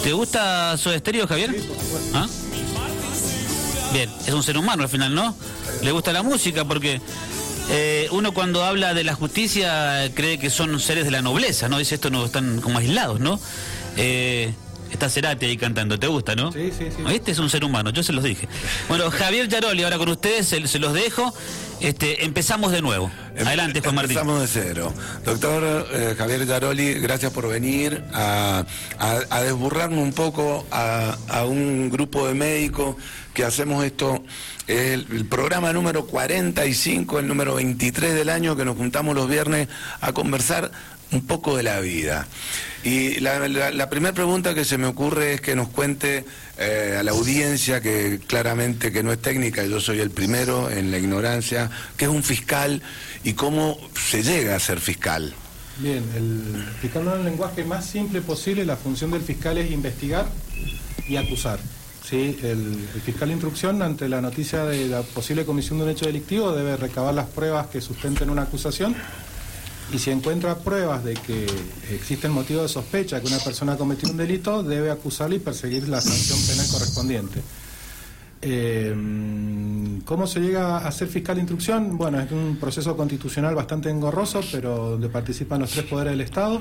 ¿Te gusta Soda Stereo, Javier? Sí, por supuesto. ¿Ah? Bien, es un ser humano al final, ¿no? Le gusta la música porque uno cuando habla de la justicia cree que son seres de la nobleza, ¿no? Dice esto, no están como aislados, ¿no? Está Cerati ahí cantando, ¿te gusta, no? Sí. Este es un ser humano, yo se los dije. Bueno, Javier Yaroli, ahora con ustedes, se los dejo. Empezamos de nuevo. Adelante, Juan Martín. Empezamos de cero. Doctor Javier Yaroli, gracias por venir a desburrarnos un poco a un grupo de médicos que hacemos esto. El programa número 45, el número 23 del año, que nos juntamos los viernes a conversar un poco de la vida. Y la primera pregunta que se me ocurre es que nos cuente a la audiencia, que claramente que no es técnica, yo soy el primero en la ignorancia, qué es un fiscal y cómo se llega a ser fiscal. Bien, explicarlo en el lenguaje más simple posible, la función del fiscal es investigar y acusar. ¿Sí? El fiscal de instrucción, ante la noticia de la posible comisión de un hecho delictivo, debe recabar las pruebas que sustenten una acusación. Y si encuentra pruebas de que existen motivos de sospecha que una persona ha cometido un delito, debe acusarla y perseguir la sanción penal correspondiente. ¿Cómo se llega a ser fiscal de instrucción? Bueno, es un proceso constitucional bastante engorroso, pero donde participan los tres poderes del Estado.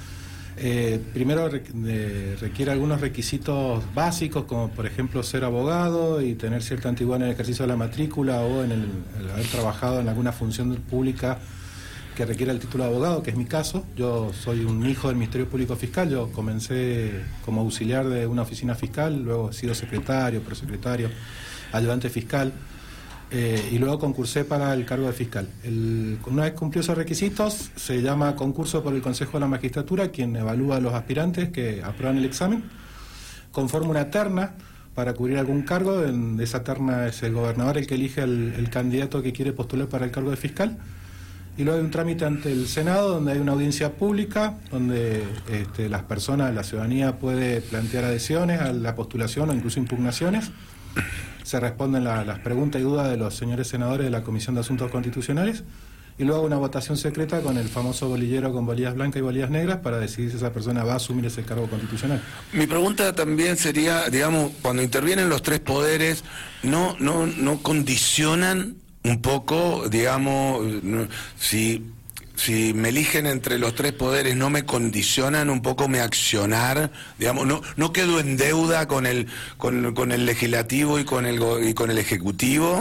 Primero requiere algunos requisitos básicos, como por ejemplo ser abogado y tener cierta antigüedad en el ejercicio de la matrícula o en el haber trabajado en alguna función pública que requiere el título de abogado, que es mi caso. Yo soy un hijo del Ministerio Público Fiscal. Yo comencé como auxiliar de una oficina fiscal, luego he sido secretario, prosecretario, ayudante fiscal, y luego concursé para el cargo de fiscal. Una vez cumplió esos requisitos, se llama concurso por el Consejo de la Magistratura, quien evalúa a los aspirantes que aprueban el examen, conforma una terna para cubrir algún cargo. De esa terna es el gobernador el que elige el candidato que quiere postular para el cargo de fiscal. Y luego hay un trámite ante el Senado, donde hay una audiencia pública, donde las personas, la ciudadanía puede plantear adhesiones a la postulación o incluso impugnaciones. Se responden las preguntas y dudas de los señores senadores de la Comisión de Asuntos Constitucionales. Y luego una votación secreta con el famoso bolillero con bolillas blancas y bolillas negras para decidir si esa persona va a asumir ese cargo constitucional. Mi pregunta también sería, digamos, cuando intervienen los tres poderes, ¿no condicionan un poco, digamos, si me eligen entre los tres poderes, no me condicionan un poco mi accionar, digamos, no quedo en deuda con el legislativo y con el ejecutivo?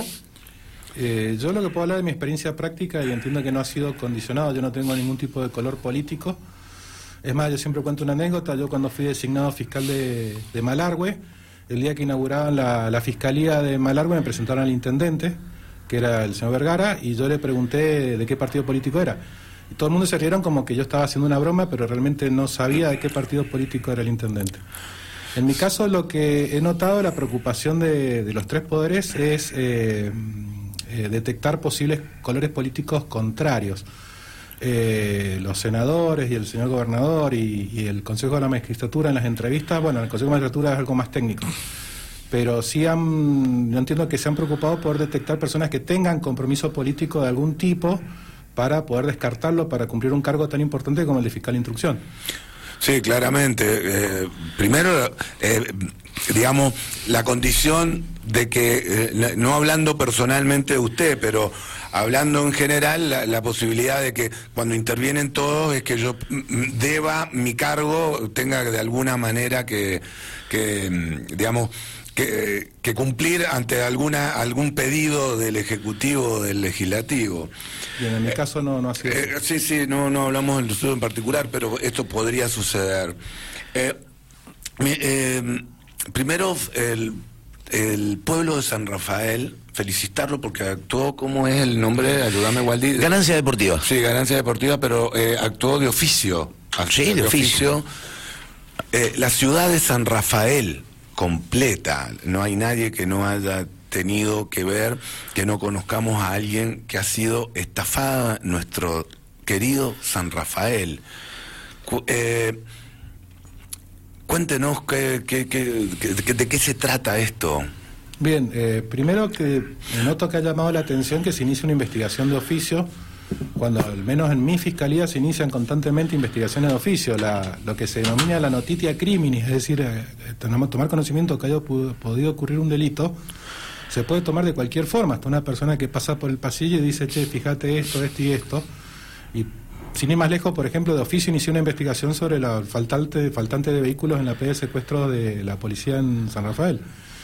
Yo lo que puedo hablar de mi experiencia práctica, y entiendo que no ha sido condicionado, yo no tengo ningún tipo de color político. Es más, yo siempre cuento una anécdota. Yo cuando fui designado fiscal de Malargüe, el día que inauguraban la fiscalía de Malargüe, me presentaron al intendente, que era el señor Vergara, y yo le pregunté de qué partido político era. Y todo el mundo se rieron como que yo estaba haciendo una broma, pero realmente no sabía de qué partido político era el intendente. En mi caso, lo que he notado, la preocupación de los tres poderes es detectar posibles colores políticos contrarios. Los senadores y el señor gobernador y el Consejo de la Magistratura en las entrevistas, bueno, el Consejo de la Magistratura es algo más técnico, pero sí yo entiendo que se han preocupado por detectar personas que tengan compromiso político de algún tipo para poder descartarlo para cumplir un cargo tan importante como el de fiscal de instrucción. Sí, claramente. Primero, digamos, la condición de que, no hablando personalmente de usted, pero hablando en general, la posibilidad de que cuando intervienen todos es que yo deba mi cargo, tenga de alguna manera que digamos, que cumplir ante algún pedido del Ejecutivo o del Legislativo. Bien, en mi caso no ha sido. Sí, no hablamos del suyo en particular, pero esto podría suceder. Primero, el pueblo de San Rafael, felicitarlo porque actuó, ¿cómo es el nombre? Ayúdame, Waldi. Ganancia Deportiva. Sí, Ganancia Deportiva, pero actuó de oficio. Sí, de oficio. La ciudad de San Rafael completa, no hay nadie que no haya tenido que ver, que no conozcamos a alguien que ha sido estafada, nuestro querido San Rafael. Cuéntenos de qué se trata esto. Bien, primero que noto que ha llamado la atención que se inicie una investigación de oficio cuando al menos en mi fiscalía se inician constantemente investigaciones de oficio, lo que se denomina la notitia criminis, es decir, tomar conocimiento que haya podido ocurrir un delito, se puede tomar de cualquier forma, hasta una persona que pasa por el pasillo y dice, che, fíjate esto y esto, y sin ir más lejos, por ejemplo, de oficio inició una investigación sobre la faltante de vehículos en la P de secuestro de la policía en San Rafael.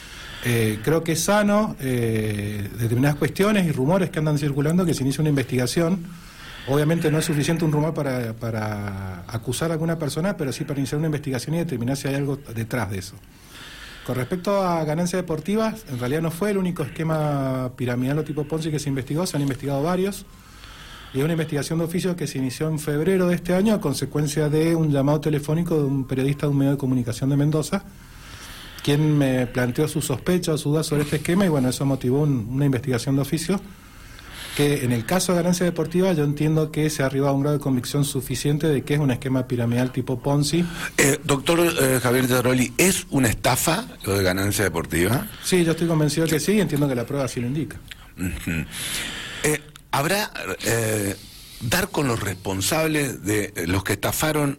Creo que es sano determinadas cuestiones y rumores que andan circulando, que se inicia una investigación. Obviamente no es suficiente un rumor para acusar a alguna persona, pero sí para iniciar una investigación y determinar si hay algo detrás de eso. Con respecto a ganancias deportivas, en realidad no fue el único esquema piramidal o tipo Ponzi que se investigó, se han investigado varios. Y es una investigación de oficio que se inició en febrero de este año a consecuencia de un llamado telefónico de un periodista de un medio de comunicación de Mendoza, quien me planteó sus sospechas o sus dudas sobre este esquema, y bueno, eso motivó una investigación de oficio, que en el caso de ganancia deportiva yo entiendo que se ha arribado a un grado de convicción suficiente de que es un esquema piramidal tipo Ponzi. Doctor Javier Daroli, ¿es una estafa lo de ganancia deportiva? Sí, yo estoy convencido que sí, y entiendo que la prueba sí lo indica. Uh-huh. ¿Habrá dar con los responsables de los que estafaron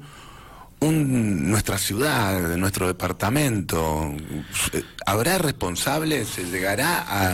nuestra ciudad, nuestro departamento? ¿Habrá responsables? ¿Se llegará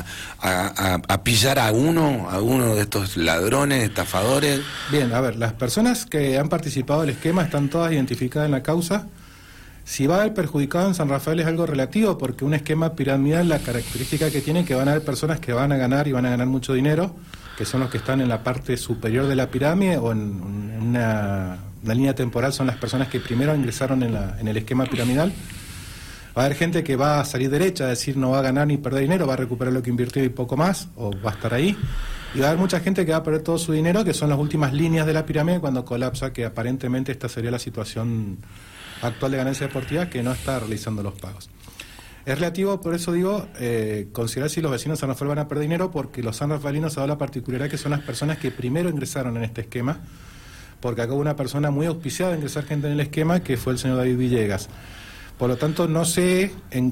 a pillar a uno de estos ladrones, estafadores? Bien, a ver, las personas que han participado del esquema están todas identificadas en la causa. Si va a haber perjudicado en San Rafael es algo relativo, porque un esquema piramidal, la característica que tiene es que van a haber personas que van a ganar y van a ganar mucho dinero, que son los que están en la parte superior de la pirámide o en una línea temporal, son las personas que primero ingresaron en el esquema piramidal. Va a haber gente que va a salir derecha, es decir, no va a ganar ni perder dinero, va a recuperar lo que invirtió y poco más, o va a estar ahí. Y va a haber mucha gente que va a perder todo su dinero, que son las últimas líneas de la pirámide cuando colapsa, que aparentemente esta sería la situación actual de ganancia deportiva, que no está realizando los pagos. Es relativo, por eso digo, considerar si los vecinos de San Rafael van a perder dinero, porque los sanrafaelinos se da la particularidad que son las personas que primero ingresaron en este esquema, porque acá hubo una persona muy auspiciada a ingresar gente en el esquema, que fue el señor David Villegas. Por lo tanto, no sé en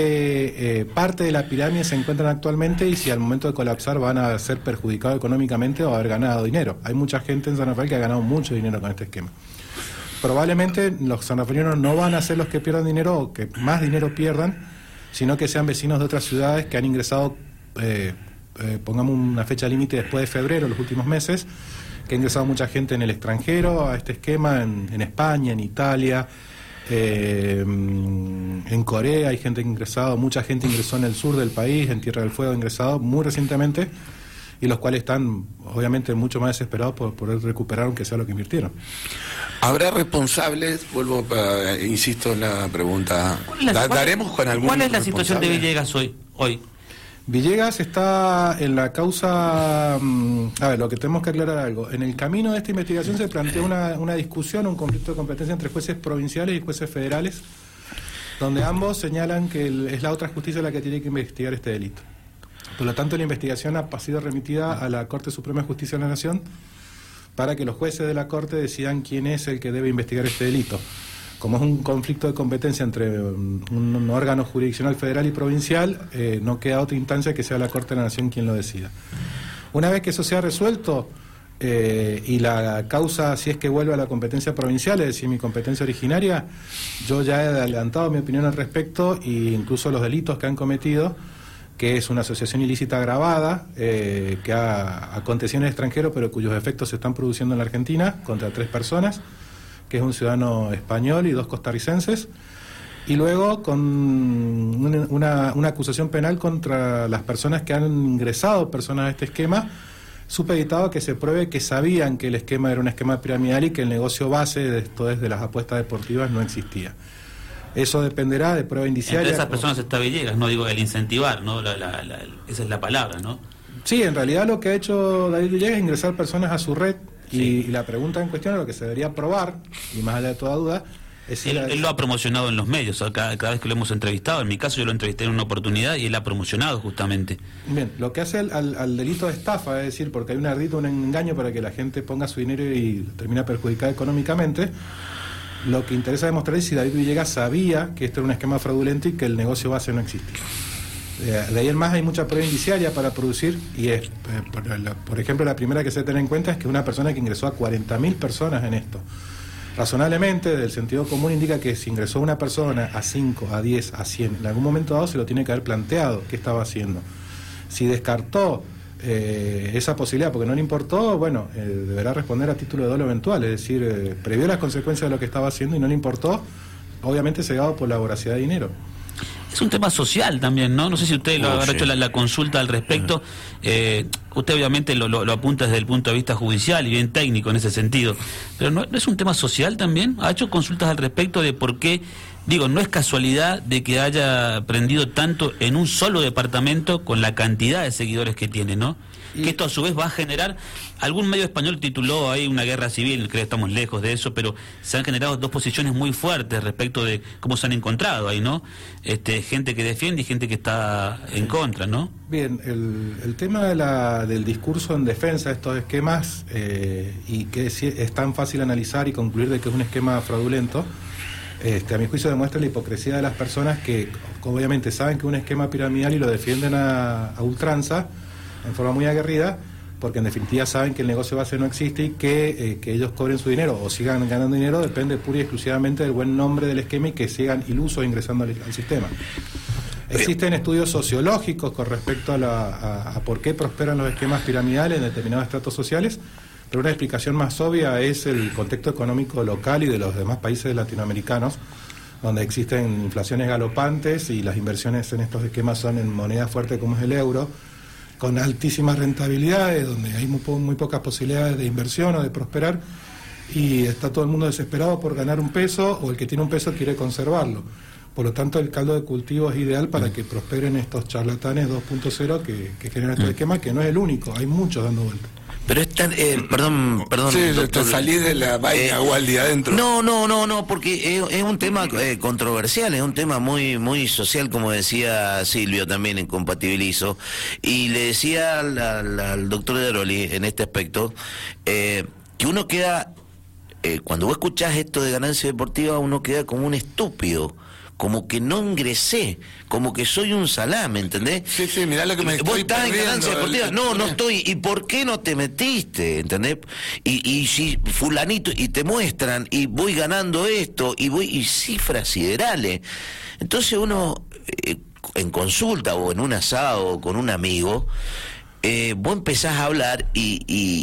qué parte de la pirámide se encuentran actualmente y si al momento de colapsar van a ser perjudicados económicamente o haber ganado dinero. Hay mucha gente en San Rafael que ha ganado mucho dinero con este esquema. Probablemente los sanrafaelinos no van a ser los que pierdan dinero o que más dinero pierdan, sino que sean vecinos de otras ciudades que han ingresado, pongamos una fecha límite después de febrero, los últimos meses, que ha ingresado mucha gente en el extranjero a este esquema, en España, en Italia, en Corea hay gente que ha ingresado, mucha gente ingresó en el sur del país, en Tierra del Fuego ha ingresado muy recientemente, y los cuales están obviamente mucho más desesperados por poder recuperar aunque sea lo que invirtieron. ¿Habrá responsables? Vuelvo, insisto en la pregunta. ¿Daremos con algún ¿Cuál es la situación de Villegas hoy? Villegas está en la causa... a ver, lo que tenemos que aclarar algo. En el camino de esta investigación se planteó una discusión, un conflicto de competencia entre jueces provinciales y jueces federales, donde ambos señalan que es la otra justicia la que tiene que investigar este delito. Por lo tanto, la investigación ha sido remitida a la Corte Suprema de Justicia de la Nación para que los jueces de la Corte decidan quién es el que debe investigar este delito. Como es un conflicto de competencia entre un órgano jurisdiccional federal y provincial, no queda otra instancia que sea la Corte de la Nación quien lo decida. Una vez que eso sea resuelto y la causa, si es que vuelve a la competencia provincial, es decir, mi competencia originaria, yo ya he adelantado mi opinión al respecto e incluso los delitos que han cometido, que es una asociación ilícita agravada, que ha acontecido en el extranjero, pero cuyos efectos se están produciendo en la Argentina, contra 3 personas, que es un ciudadano español y 2 costarricenses, y luego con una acusación penal contra las personas que han ingresado personas a este esquema, supeditado que se pruebe que sabían que el esquema era un esquema piramidal y que el negocio base de esto de las apuestas deportivas no existía. Eso dependerá de prueba indiciaria. Entre esas personas está Villegas, no digo el incentivar, ¿no? Esa es la palabra, ¿no? Sí, en realidad lo que ha hecho David Villegas es ingresar personas a su red, y la pregunta en cuestión, lo que se debería probar, y más allá de toda duda, es si él lo ha promocionado en los medios, cada vez que lo hemos entrevistado. En mi caso yo lo entrevisté en una oportunidad y él ha promocionado justamente. Bien, lo que hace al delito de estafa, es decir, porque hay un ardito, un engaño para que la gente ponga su dinero y termina perjudicada económicamente, lo que interesa demostrar es si David Villegas sabía que esto era un esquema fraudulento y que el negocio base no existía. De ahí en más hay mucha prueba indiciaria para producir, y es, por ejemplo, la primera que se tiene en cuenta es que una persona que ingresó a 40.000 personas en esto. Razonablemente, del sentido común indica que si ingresó una persona a 5, a 10, a 100, en algún momento dado se lo tiene que haber planteado qué estaba haciendo. Si descartó esa posibilidad porque no le importó, bueno, deberá responder a título de dolo eventual, es decir, previó las consecuencias de lo que estaba haciendo y no le importó, obviamente cegado por la voracidad de dinero. Es un tema social también, ¿no? No sé si usted lo habrá hecho la consulta al respecto. Usted obviamente lo apunta desde el punto de vista judicial y bien técnico en ese sentido. Pero ¿no es un tema social también? ¿Ha hecho consultas al respecto de por qué? Digo, no es casualidad de que haya prendido tanto en un solo departamento con la cantidad de seguidores que tiene, ¿no? Que esto a su vez va a generar, algún medio español tituló ahí una guerra civil, creo que estamos lejos de eso, pero se han generado dos posiciones muy fuertes respecto de cómo se han encontrado ahí, ¿no? Gente que defiende y gente que está en contra, ¿no? Bien, el tema del discurso en defensa de estos esquemas, y que es tan fácil analizar y concluir de que es un esquema fraudulento, a mi juicio demuestra la hipocresía de las personas que obviamente saben que es un esquema piramidal y lo defienden a ultranza, en forma muy aguerrida, porque en definitiva saben que el negocio base no existe y que ellos cobren su dinero o sigan ganando dinero depende pura y exclusivamente del buen nombre del esquema y que sigan ilusos ingresando al sistema. Existen estudios sociológicos con respecto a por qué prosperan los esquemas piramidales en determinados estratos sociales, pero una explicación más obvia es el contexto económico local y de los demás países latinoamericanos, donde existen inflaciones galopantes y las inversiones en estos esquemas son en moneda fuerte como es el euro, con altísimas rentabilidades, donde hay muy pocas posibilidades de inversión o de prosperar, y está todo el mundo desesperado por ganar un peso, o el que tiene un peso quiere conservarlo. Por lo tanto, el caldo de cultivo es ideal para que prosperen estos charlatanes 2.0 que generan este esquema, que no es el único, hay muchos dando vueltas. Pero es tan, perdón, Sí, doctor, te salí de la vaina Waldi adentro. No, porque es un tema controversial, es un tema muy social, como decía Silvio también en Compatibilizo, y le decía al doctor Daroli en este aspecto, que uno queda, cuando vos escuchás esto de ganancia deportiva, uno queda como un estúpido, como que no ingresé, como que soy un salame, ¿entendés? Sí, mirá lo que me vos estoy estás en perdiendo. ganancia deportiva, no estoy, ¿y por qué no te metiste? ¿Entendés? Y si fulanito, y te muestran, y voy ganando esto, y cifras siderales. Entonces uno, en consulta o en un asado con un amigo, vos empezás a hablar y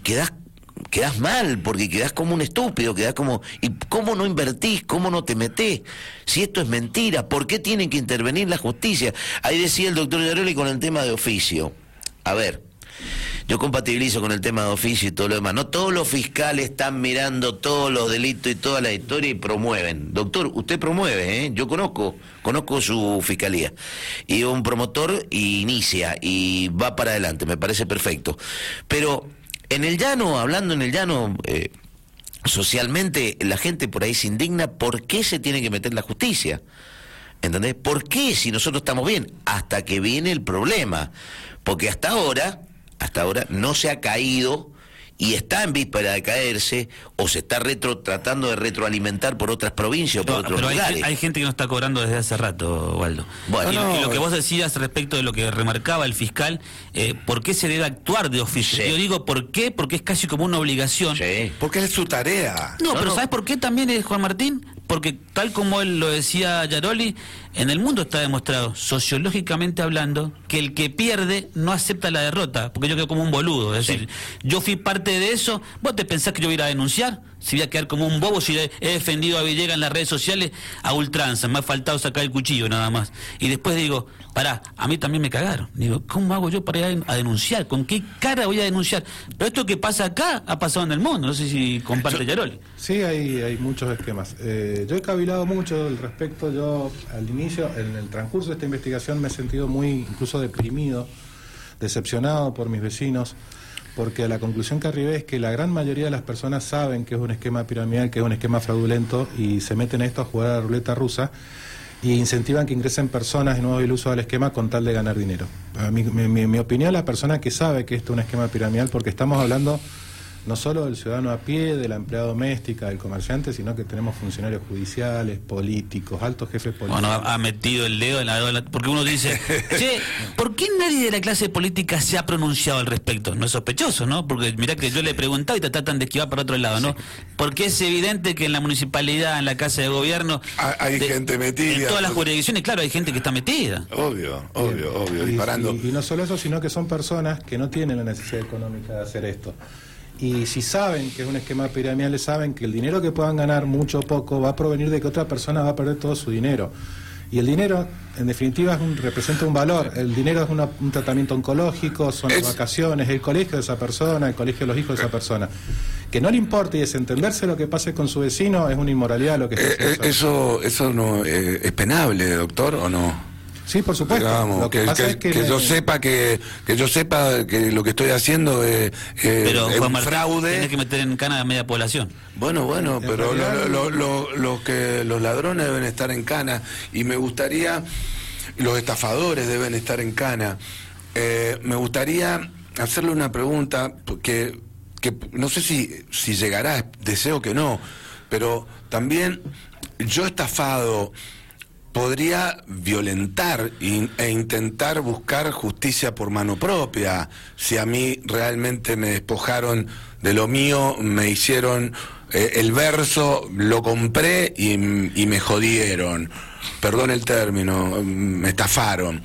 quedás mal, porque quedás como un estúpido, quedás como, ¿y cómo no invertís? ¿Cómo no te metés? Si esto es mentira, ¿por qué tiene que intervenir la justicia? Ahí decía el doctor Daroli con el tema de oficio. A ver, yo compatibilizo con el tema de oficio y todo lo demás. No todos los fiscales están mirando todos los delitos y toda la historia y promueven. Doctor, usted promueve, ¿eh? Yo conozco su fiscalía. Y un promotor inicia y va para adelante, me parece perfecto. Pero en el llano, hablando en el llano, socialmente, la gente por ahí se indigna. ¿Por qué se tiene que meter la justicia? ¿Entendés? ¿Por qué si nosotros estamos bien? Hasta que viene el problema. Porque hasta ahora no se ha caído y está en víspera de caerse, o se está tratando de retroalimentar por otras provincias o por otros lugares. Hay gente que no está cobrando desde hace rato, Waldo. Bueno, y lo que vos decías respecto de lo que remarcaba el fiscal, ¿por qué se debe actuar de oficio? Sí. Yo digo, ¿por qué? Porque es casi como una obligación. Sí. Porque es su tarea. Pero ¿sabes por qué también, Juan Martín? Porque tal como él lo decía Daroli, en el mundo está demostrado, sociológicamente hablando, que el que pierde no acepta la derrota, porque yo quedo como un boludo. Es decir, yo fui parte de eso. ¿Vos te pensás que yo voy a ir a denunciar? Si voy a quedar como un bobo, si he defendido a Villegas en las redes sociales a ultranza, me ha faltado sacar el cuchillo nada más. Y después digo, pará, a mí también me cagaron. Digo, ¿cómo hago yo para ir a denunciar? ¿Con qué cara voy a denunciar? Pero esto que pasa acá ha pasado en el mundo, no sé si comparte Daroli. Sí, hay muchos esquemas. Yo he cavilado mucho al respecto. Yo al inicio, en el transcurso de esta investigación, me he sentido muy incluso deprimido, decepcionado por mis vecinos, porque la conclusión que arribé es que la gran mayoría de las personas saben que es un esquema piramidal, que es un esquema fraudulento, y se meten a esto a jugar a la ruleta rusa y incentivan que ingresen personas de nuevo ilusos al esquema con tal de ganar dinero. A mi opinión, la persona que sabe que esto es un esquema piramidal, porque estamos hablando no solo del ciudadano a pie, de la empleada doméstica, del comerciante, sino que tenemos funcionarios judiciales, políticos, altos jefes políticos. Bueno, ha metido el dedo en la... Porque uno dice, che, ¿por qué nadie de la clase política se ha pronunciado al respecto? No es sospechoso, ¿no? Porque mirá que yo le he preguntado y te tratan de esquivar para otro lado, ¿no? Porque es evidente que en la municipalidad, en la casa de gobierno... Hay gente metida. En todas las jurisdicciones, claro, hay gente que está metida. Obvio, disparando. Y no solo eso, sino que son personas que no tienen la necesidad económica de hacer esto. Y si saben que es un esquema piramidal, saben que el dinero que puedan ganar, mucho o poco, va a provenir de que otra persona va a perder todo su dinero. Y el dinero, en definitiva, representa un valor. El dinero es un tratamiento oncológico, son las vacaciones, el colegio de esa persona, el colegio de los hijos de esa persona. Que no le importe y desentenderse lo que pase con su vecino es una inmoralidad lo que está haciendo. Eso no es penable, doctor, ¿o no? Sí, por supuesto. Digamos, lo que pasa es que yo sepa que lo que estoy haciendo es Juan un fraude. Tienes que meter en cana a media población. Bueno, pero los ladrones deben estar en cana y me gustaría, los estafadores deben estar en cana. Me gustaría hacerle una pregunta que no sé si llegará, deseo que no, pero también yo estafado podría violentar e intentar buscar justicia por mano propia. Si a mí realmente me despojaron de lo mío, me hicieron el verso, lo compré y me jodieron. Perdón el término, me estafaron.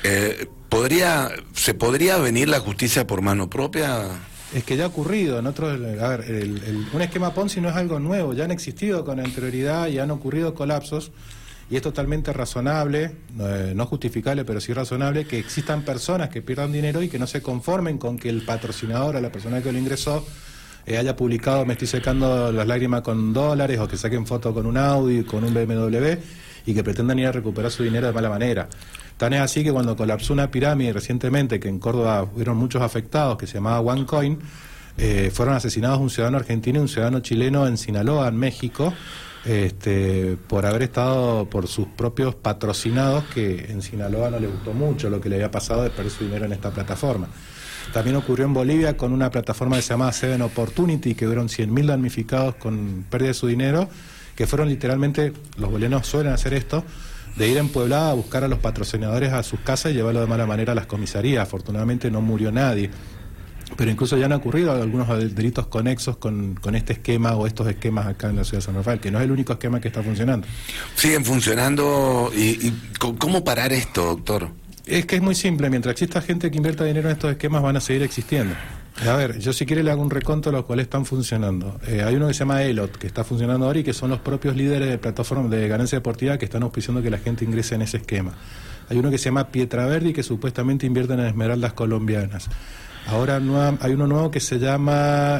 ¿Se podría venir la justicia por mano propia? Es que ya ha ocurrido en otros. A ver, un esquema Ponzi no es algo nuevo, ya han existido con anterioridad y han ocurrido colapsos. Y es totalmente razonable, no justificable, pero sí razonable, que existan personas que pierdan dinero y que no se conformen con que el patrocinador o la persona que lo ingresó haya publicado "me estoy secando las lágrimas con dólares", o que saquen fotos con un Audi, con un BMW, y que pretendan ir a recuperar su dinero de mala manera. Tan es así que cuando colapsó una pirámide recientemente, que en Córdoba hubieron muchos afectados, que se llamaba OneCoin, fueron asesinados un ciudadano argentino y un ciudadano chileno en Sinaloa, en México, por haber estado por sus propios patrocinados, que en Sinaloa no le gustó mucho lo que le había pasado de perder su dinero en esta plataforma. También ocurrió en Bolivia con una plataforma que se llamaba Seven Opportunity, que hubieron 100.000 damnificados con pérdida de su dinero, que fueron literalmente, los bolivianos suelen hacer esto, de ir en Puebla a buscar a los patrocinadores a sus casas y llevarlo de mala manera a las comisarías. Afortunadamente no murió nadie. Pero incluso ya han ocurrido algunos delitos conexos con este esquema o estos esquemas acá en la ciudad de San Rafael, que no es el único esquema que está funcionando. Siguen funcionando. ¿Y cómo parar esto, doctor? Es que es muy simple. Mientras exista gente que invierta dinero en estos esquemas, van a seguir existiendo. A ver, yo si quiere le hago un reconto de los cuales están funcionando. Hay uno que se llama Elot, que está funcionando ahora y que son los propios líderes de plataformas de ganancia deportiva que están auspiciando que la gente ingrese en ese esquema. Hay uno que se llama Pietraverdi, que supuestamente invierten en esmeraldas colombianas. Ahora hay uno nuevo que se llama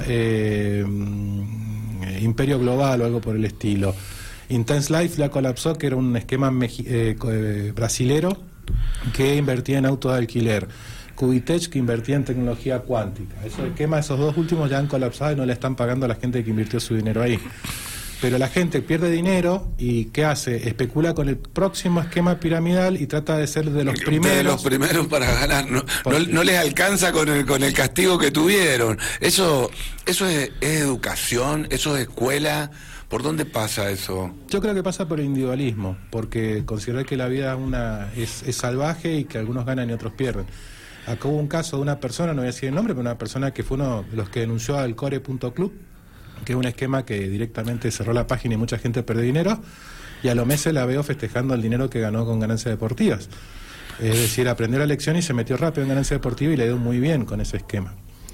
Imperio Global o algo por el estilo. Intense Life ya colapsó, que era un esquema brasilero que invertía en autos de alquiler. Cubitech, que invertía en tecnología cuántica. Esos dos últimos ya han colapsado y no le están pagando a la gente que invirtió su dinero ahí. Pero la gente pierde dinero y ¿qué hace? Especula con el próximo esquema piramidal y trata de ser de los primeros. De los primeros para ganar. No les alcanza con el castigo que tuvieron. Eso es educación, eso es escuela. ¿Por dónde pasa eso? Yo creo que pasa por el individualismo, porque considerar que la vida es salvaje y que algunos ganan y otros pierden. Acá hubo un caso de una persona, no voy a decir el nombre, pero una persona que fue uno de los que denunció al Core.club, que es un esquema que directamente cerró la página y mucha gente perdió dinero, y a los meses la veo festejando el dinero que ganó con ganancias deportivas. Es decir, aprendió la lección y se metió rápido en ganancia deportiva y le dio muy bien con ese esquema.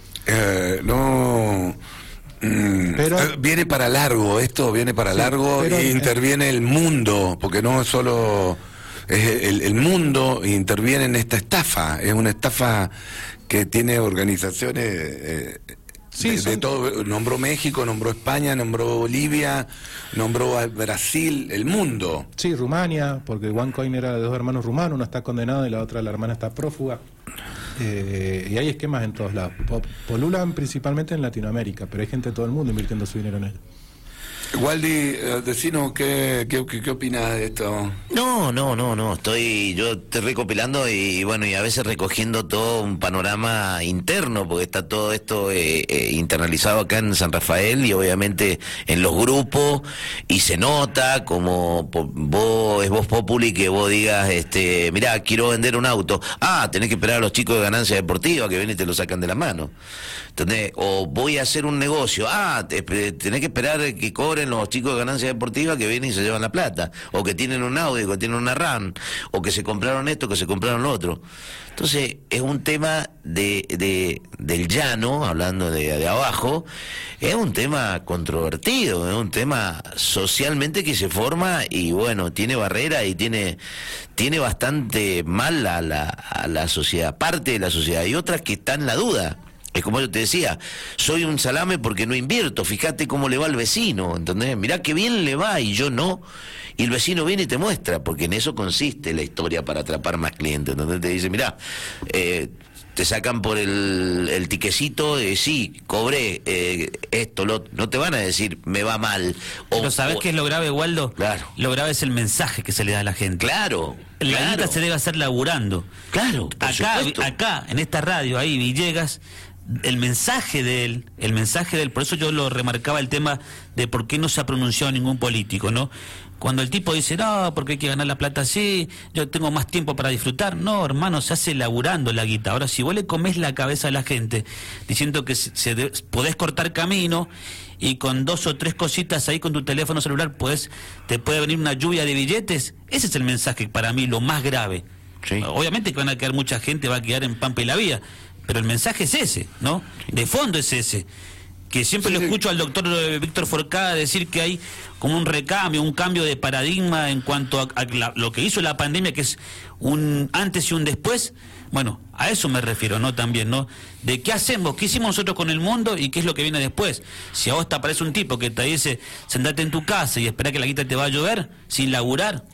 Pero viene para largo esto, e interviene el mundo, porque no es solo el mundo interviene en esta estafa. Es una estafa que tiene organizaciones de todo. Nombró México, nombró España, nombró Bolivia, nombró a Brasil, el mundo. Sí, Rumania, porque OneCoin era de dos hermanos rumanos, uno está condenado y la hermana está prófuga. Y hay esquemas en todos lados. Polulan principalmente en Latinoamérica, pero hay gente de todo el mundo invirtiendo su dinero en ello. Waldi, decinos qué opinás de esto. No, estoy recopilando y bueno, y a veces recogiendo todo un panorama interno, porque está todo esto internalizado acá en San Rafael y obviamente en los grupos, y se nota como vos, es voz populi que vos digas, mirá, quiero vender un auto, tenés que esperar a los chicos de Ganancia Deportiva que vienen y te lo sacan de la mano, ¿entendés? O voy a hacer un negocio, tenés que esperar que cobren los chicos de Ganancia Deportiva que vienen y se llevan la plata, o que tienen un Audi, que tienen una RAM, o que se compraron esto, que se compraron lo otro. Entonces es un tema del llano, hablando de abajo, es un tema controvertido, es un tema socialmente que se forma y bueno, tiene barrera y tiene bastante mal a la sociedad, parte de la sociedad, y otras que está en la duda. Es como yo te decía, soy un salame porque no invierto, fíjate cómo le va al vecino, ¿entendés? Mirá qué bien le va y yo no, y el vecino viene y te muestra, porque en eso consiste la historia para atrapar más clientes, ¿entendés? Te dice, mirá, te sacan por el tiquecito, sí, cobré esto, no te van a decir, me va mal. Pero ¿sabés qué es lo grave, Waldo? Claro. Lo grave es el mensaje que se le da a la gente. Claro. La guita se debe hacer laburando. Claro, acá, en esta radio, ahí, Villegas, el mensaje de él, por eso yo lo remarcaba el tema de por qué no se ha pronunciado ningún político, ¿no? Cuando el tipo dice, no, porque hay que ganar la plata así, yo tengo más tiempo para disfrutar. No, hermano, se hace laburando la guita. Ahora, si vos le comés la cabeza a la gente diciendo que podés cortar camino y con 2 o 3 cositas ahí con tu teléfono celular te puede venir una lluvia de billetes, ese es el mensaje para mí, lo más grave. Sí. Obviamente que van a quedar mucha gente, va a quedar en Pampa y la Vía, pero el mensaje es ese, ¿no? De fondo es ese. Que siempre lo escucho al doctor Víctor Forcada decir que hay como un recambio, un cambio de paradigma en cuanto a lo que hizo la pandemia, que es un antes y un después. Bueno, a eso me refiero, ¿no? También, ¿no? De qué hacemos, qué hicimos nosotros con el mundo y qué es lo que viene después. Si a vos te aparece un tipo que te dice, sentate en tu casa y espera que la guita te va a llover, sin laburar.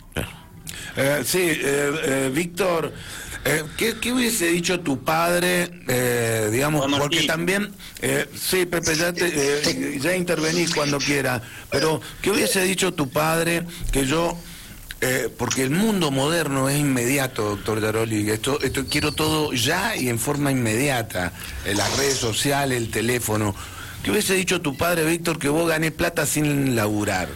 Víctor, ¿qué hubiese dicho tu padre, digamos, porque también, sí, Pepe, ya intervenís cuando quiera, pero ¿qué hubiese dicho tu padre que yo... porque el mundo moderno es inmediato, doctor Yaroli, esto quiero todo ya y en forma inmediata, las redes sociales, el teléfono. ¿Qué hubiese dicho tu padre, Víctor, que vos ganés plata sin laburar?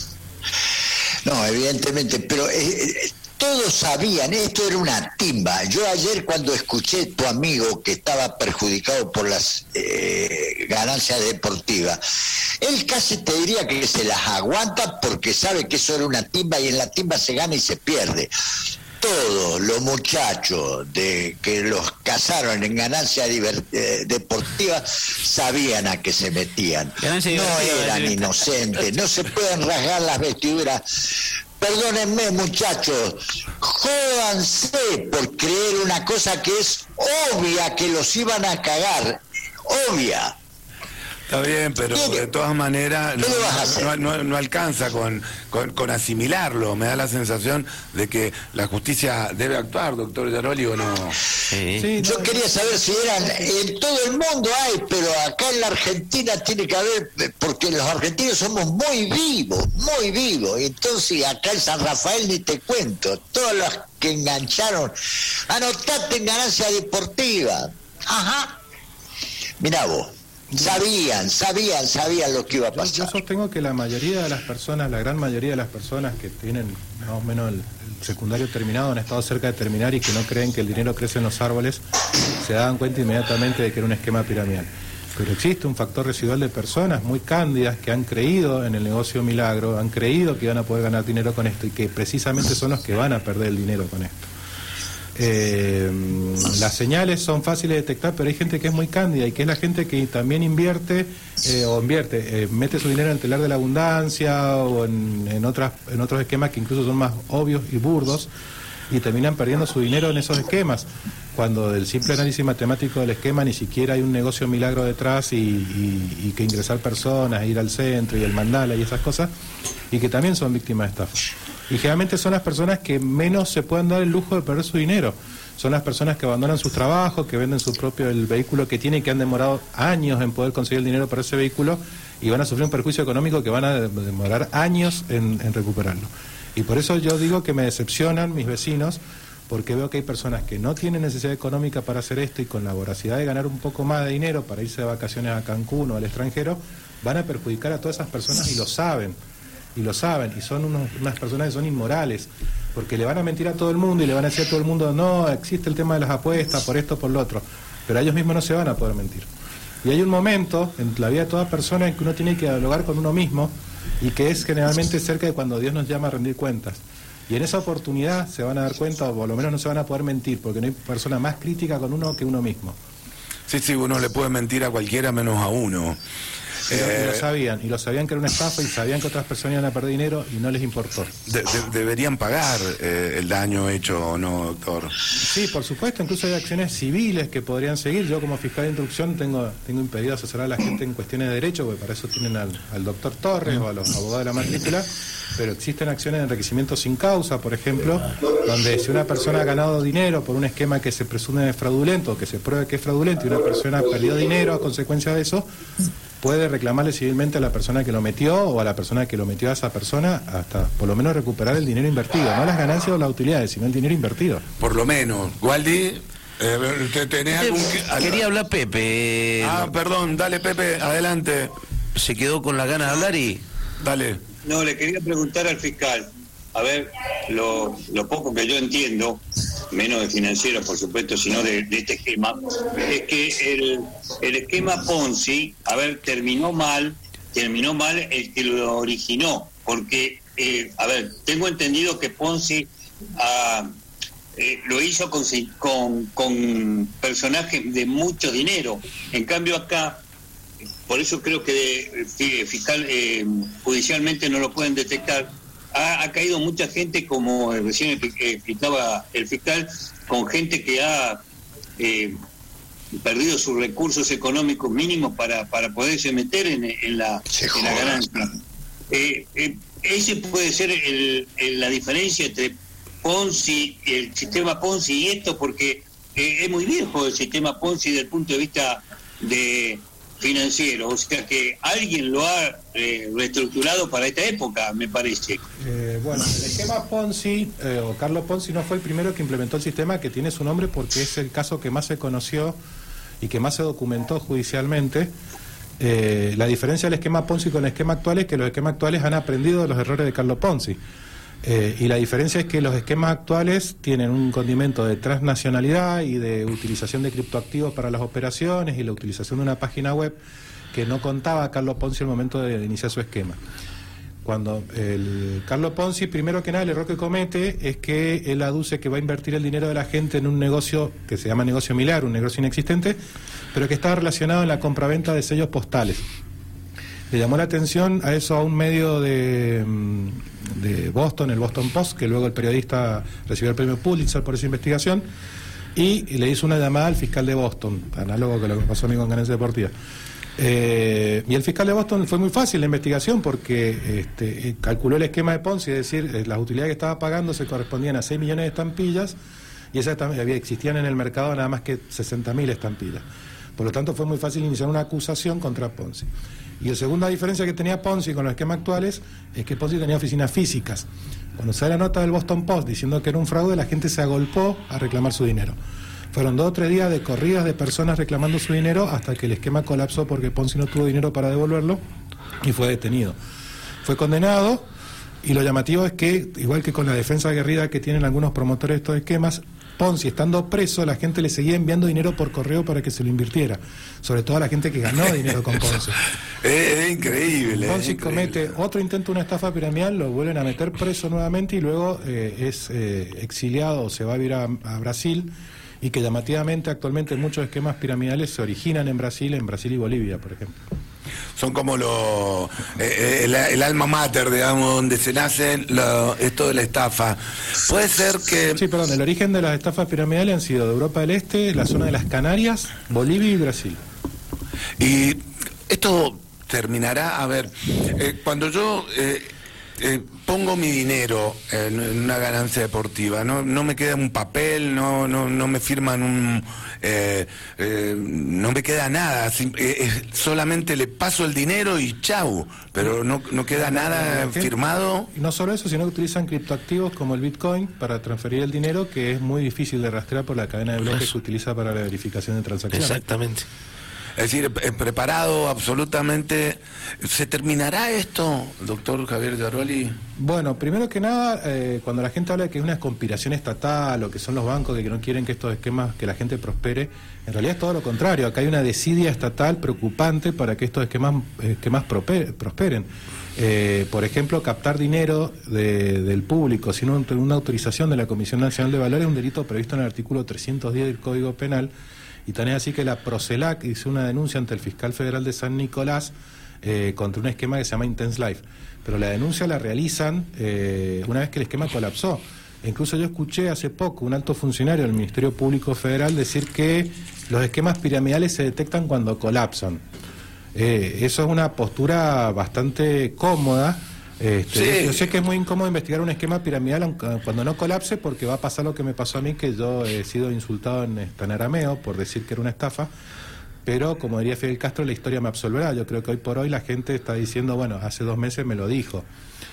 No, evidentemente, pero todos sabían, esto era una timba. Yo ayer cuando escuché a tu amigo que estaba perjudicado por las ganancias deportivas, él casi te diría que se las aguanta porque sabe que eso era una timba y en la timba se gana y se pierde. Todos los muchachos que los casaron en ganancias deportivas sabían a qué se metían. No eran inocentes, no se pueden rasgar las vestiduras. Perdónenme, muchachos, jódanse por creer una cosa que es obvia que los iban a cagar, obvia. Está bien, pero de todas maneras no alcanza con asimilarlo. Me da la sensación de que la justicia debe actuar, doctor Yaroli, ¿o no? Sí, yo quería saber si eran... En todo el mundo hay, pero acá en la Argentina tiene que haber... Porque los argentinos somos muy vivos. Entonces acá en San Rafael ni te cuento. Todos los que engancharon... Anotate en ganancia deportiva. Ajá. Mirá vos. Sabían lo que iba a pasar. Yo sostengo que la mayoría de las personas, la gran mayoría de las personas que tienen más o menos el secundario terminado, han estado cerca de terminar y que no creen que el dinero crece en los árboles, se daban cuenta inmediatamente de que era un esquema piramidal. Pero existe un factor residual de personas muy cándidas que han creído en el negocio milagro, han creído que iban a poder ganar dinero con esto y que precisamente son los que van a perder el dinero con esto. Las señales son fáciles de detectar, pero hay gente que es muy cándida y que es la gente que también mete su dinero en el telar de la abundancia o en otros esquemas que incluso son más obvios y burdos y terminan perdiendo su dinero en esos esquemas, cuando del simple análisis matemático del esquema ni siquiera hay un negocio milagro detrás y que ingresar personas, ir al centro y el mandala y esas cosas, y que también son víctimas de estafa. Y generalmente son las personas que menos se pueden dar el lujo de perder su dinero. Son las personas que abandonan sus trabajos, que venden el vehículo que tienen y que han demorado años en poder conseguir el dinero para ese vehículo y van a sufrir un perjuicio económico que van a demorar años en recuperarlo. Y por eso yo digo que me decepcionan mis vecinos, porque veo que hay personas que no tienen necesidad económica para hacer esto y con la voracidad de ganar un poco más de dinero para irse de vacaciones a Cancún o al extranjero, van a perjudicar a todas esas personas y lo saben, y son unas personas que son inmorales, porque le van a mentir a todo el mundo y le van a decir a todo el mundo, no, existe el tema de las apuestas, por esto, por lo otro, pero a ellos mismos no se van a poder mentir. Y hay un momento en la vida de toda persona en que uno tiene que dialogar con uno mismo, y que es generalmente cerca de cuando Dios nos llama a rendir cuentas. Y en esa oportunidad se van a dar cuenta, o por lo menos no se van a poder mentir, porque no hay persona más crítica con uno que uno mismo. Sí, uno le puede mentir a cualquiera menos a uno. Y lo sabían que era una estafa y sabían que otras personas iban a perder dinero y no les importó. Deberían pagar el daño hecho o no, doctor. Sí, por supuesto, incluso hay acciones civiles que podrían seguir. Yo como fiscal de instrucción tengo impedido asesorar a la gente en cuestiones de derecho, porque para eso tienen al doctor Torres o a los abogados de la matrícula, pero existen acciones de enriquecimiento sin causa, por ejemplo, donde si una persona ha ganado dinero por un esquema que se presume fraudulento, que se pruebe que es fraudulento, y una persona perdió dinero a consecuencia de eso, puede reclamarle civilmente a la persona que lo metió o a la persona que lo metió a esa persona hasta por lo menos recuperar el dinero invertido, no las ganancias o las utilidades, sino el dinero invertido. Por lo menos. Waldi, ¿tenés algún...? Quería hablar Pepe. Perdón, dale Pepe, adelante. Se quedó con la gana de hablar y... Dale. No, le quería preguntar al fiscal, a ver, lo poco que yo entiendo, menos de financiero, por supuesto, sino de este esquema, es que el esquema Ponzi, terminó mal el que lo originó, porque, tengo entendido que Ponzi lo hizo con personajes de mucho dinero, en cambio acá, por eso creo que fiscal judicialmente no lo pueden detectar. Ha caído mucha gente, como recién explicaba el fiscal, con gente que ha perdido sus recursos económicos mínimos para poderse meter en la ganancia. Ese puede ser la diferencia entre Ponzi, el sistema Ponzi y esto, porque es muy viejo el sistema Ponzi desde el punto de vista financiero, o sea que alguien lo ha reestructurado para esta época, me parece. Bueno, el esquema Ponzi, o Carlo Ponzi, no fue el primero que implementó el sistema, que tiene su nombre porque es el caso que más se conoció y que más se documentó judicialmente. La diferencia del esquema Ponzi con el esquema actual es que los esquemas actuales han aprendido de los errores de Carlo Ponzi. Y la diferencia es que los esquemas actuales tienen un condimento de transnacionalidad y de utilización de criptoactivos para las operaciones y la utilización de una página web que no contaba Carlo Ponzi al momento de iniciar su esquema. Cuando Carlo Ponzi, primero que nada, el error que comete es que él aduce que va a invertir el dinero de la gente en un negocio que se llama negocio milar, un negocio inexistente, pero que está relacionado en la compraventa de sellos postales. Le llamó la atención a eso a un medio de Boston, el Boston Post, que luego el periodista recibió el premio Pulitzer por esa investigación, y le hizo una llamada al fiscal de Boston, análogo que lo que pasó a mí con Ganancia Deportiva. Y el fiscal de Boston fue muy fácil la investigación porque calculó el esquema de Ponzi, es decir, las utilidades que estaba pagando se correspondían a 6 millones de estampillas y esas existían en el mercado nada más que 60.000 estampillas. Por lo tanto, fue muy fácil iniciar una acusación contra Ponzi. Y la segunda diferencia que tenía Ponzi con los esquemas actuales es que Ponzi tenía oficinas físicas. Cuando sale la nota del Boston Post diciendo que era un fraude, la gente se agolpó a reclamar su dinero. Fueron 2 o 3 días de corridas de personas reclamando su dinero hasta que el esquema colapsó porque Ponzi no tuvo dinero para devolverlo y fue detenido. Fue condenado y lo llamativo es que, igual que con la defensa aguerrida que tienen algunos promotores de estos esquemas, Ponzi, estando preso, la gente le seguía enviando dinero por correo para que se lo invirtiera. Sobre todo a la gente que ganó dinero con Ponzi. Es increíble. Ponzi comete otro intento de una estafa piramidal, lo vuelven a meter preso nuevamente y luego es exiliado o se va a vivir a Brasil, y que llamativamente actualmente muchos esquemas piramidales se originan en Brasil y Bolivia, por ejemplo. Son como el alma mater, digamos, donde se nacen esto de la estafa. Puede ser que... Sí, perdón, el origen de las estafas piramidales han sido de Europa del Este, la zona de las Canarias, Bolivia y Brasil. Y esto terminará, cuando yo pongo mi dinero en una ganancia deportiva, no me queda un papel, no me firman no me queda nada, solamente le paso el dinero y chau, pero no queda nada firmado. Y no solo eso, sino que utilizan criptoactivos como el Bitcoin para transferir el dinero, que es muy difícil de rastrear por la cadena de bloques que utiliza para la verificación de transacciones. Exactamente. Es decir, preparado absolutamente. ¿Se terminará esto, doctor Javier Yaroli? Bueno, primero que nada, cuando la gente habla de que es una conspiración estatal o que son los bancos que no quieren que estos esquemas, que la gente prospere, en realidad es todo lo contrario. Acá hay una desidia estatal preocupante para que estos esquemas prosperen. Por ejemplo, captar dinero del público sin una autorización de la Comisión Nacional de Valores es un delito previsto en el artículo 310 del Código Penal. Y tan es así que la Procelac hizo una denuncia ante el fiscal federal de San Nicolás contra un esquema que se llama Intense Life. Pero la denuncia la realizan una vez que el esquema colapsó. E incluso yo escuché hace poco un alto funcionario del Ministerio Público Federal decir que los esquemas piramidales se detectan cuando colapsan. Eso es una postura bastante cómoda. Sí. Yo sé que es muy incómodo investigar un esquema piramidal cuando no colapse, porque va a pasar lo que me pasó a mí, que yo he sido insultado en arameo por decir que era una estafa, pero como diría Fidel Castro, la historia me absolverá. Yo creo que hoy por hoy la gente está diciendo, bueno, hace 2 meses me lo dijo.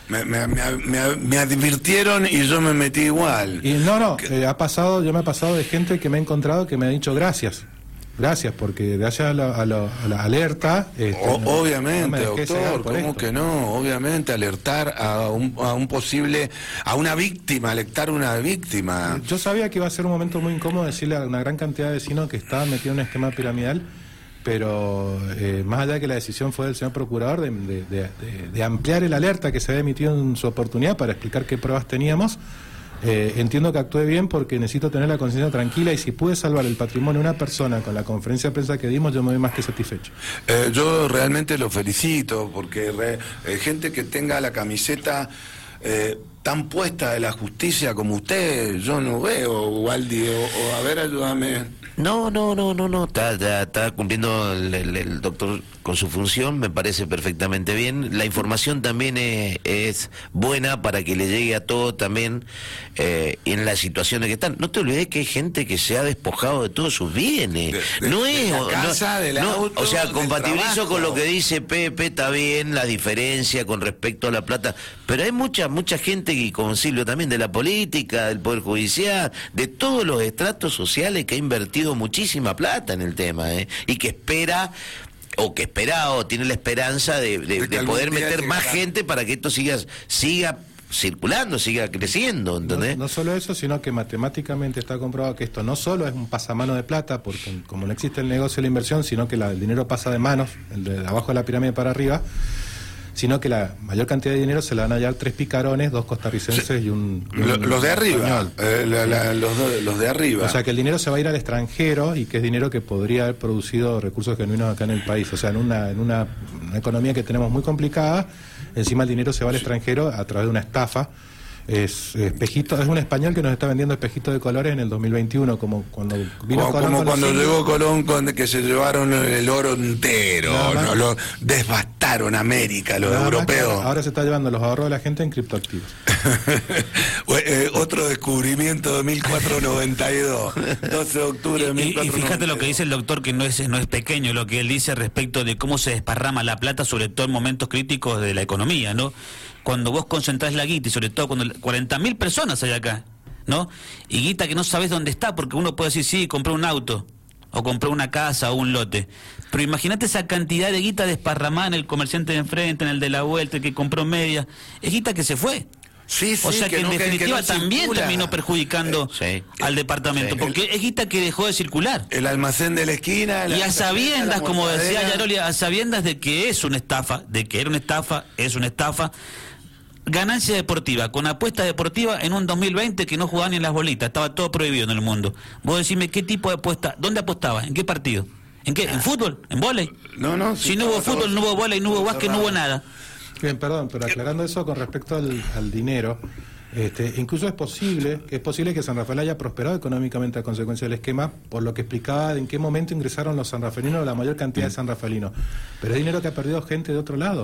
Me advirtieron y yo me metí igual. Y yo me ha pasado de gente que me ha encontrado que me ha dicho gracias, porque gracias a la alerta... obviamente, no doctor, ¿cómo que no? Obviamente, alertar a una víctima, alertar a una víctima. Yo sabía que iba a ser un momento muy incómodo decirle a una gran cantidad de vecinos que estaban metidos en un esquema piramidal, pero más allá de que la decisión fue del señor procurador de ampliar el alerta que se había emitido en su oportunidad para explicar qué pruebas teníamos, entiendo que actué bien porque necesito tener la conciencia tranquila, y si pude salvar el patrimonio de una persona con la conferencia de prensa que dimos, yo me voy más que satisfecho. Yo realmente lo felicito porque gente que tenga la camiseta tan puesta de la justicia como usted, yo no veo, Waldi, o a ver, ayúdame. No, está cumpliendo el doctor con su función, me parece perfectamente bien. La información también es buena para que le llegue a todos también en las situaciones que están. No te olvides que hay gente que se ha despojado de todos sus bienes. O sea, compatibilizo con lo que dice Pepe, está bien la diferencia con respecto a la plata, pero hay mucha gente que, como Silvio también, de la política, del Poder Judicial, de todos los estratos sociales, que ha invertido muchísima plata en el tema, y que espera, o tiene la esperanza de poder meter más gente para que esto siga circulando, siga creciendo, ¿entendés? No solo eso, sino que matemáticamente está comprobado que esto no solo es un pasamano de plata, porque como no existe el negocio de la inversión, sino que el dinero pasa de manos, el de abajo de la pirámide para arriba, sino que la mayor cantidad de dinero se la van a hallar 3 picarones, 2 costarricenses y un los de arriba, los de arriba. O sea que el dinero se va a ir al extranjero, y que es dinero que podría haber producido recursos genuinos acá en el país. O sea, en una economía que tenemos muy complicada, encima el dinero se va al extranjero a través de una estafa. Es un español que nos está vendiendo espejitos de colores en el 2021, como cuando vino Colón. Como cuando llegó Colón, que se llevaron el oro entero, lo devastaron América, los europeos. Ahora se está llevando los ahorros de la gente en criptoactivos. Otro descubrimiento de 1492, 12 de octubre de 1492. Y fíjate lo que dice el doctor, que no es pequeño lo que él dice respecto de cómo se desparrama la plata, sobre todo en momentos críticos de la economía, ¿no? Cuando vos concentrás la guita, y sobre todo cuando 40.000 personas hay acá, ¿no? Y guita que no sabés dónde está, porque uno puede decir, sí, compré un auto, o compré una casa o un lote. Pero imagínate esa cantidad de guita desparramada en el comerciante de enfrente, en el de la vuelta, el que compró media. Es guita que se fue. Sí, o sea que en definitiva también terminó perjudicando al departamento, porque es guita que dejó de circular. El almacén de la esquina. Y a sabiendas, como decía Yaroli, a sabiendas de que es una estafa, es una estafa. Ganancia deportiva, con apuesta deportiva en un 2020 que no jugaban ni en las bolitas, estaba todo prohibido en el mundo. Vos decime qué tipo de apuesta, ¿dónde apostaba? ¿En qué partido? ¿En qué? ¿En fútbol? ¿En vóley? No. Si no hubo fútbol, no hubo vóley, no hubo básquet, no hubo nada. Bien, perdón, pero aclarando eso con respecto al dinero, incluso es posible que San Rafael haya prosperado económicamente a consecuencia del esquema, por lo que explicaba de en qué momento ingresaron los sanrafalinos, la mayor cantidad de sanrafalinos. Pero es dinero que ha perdido gente de otro lado.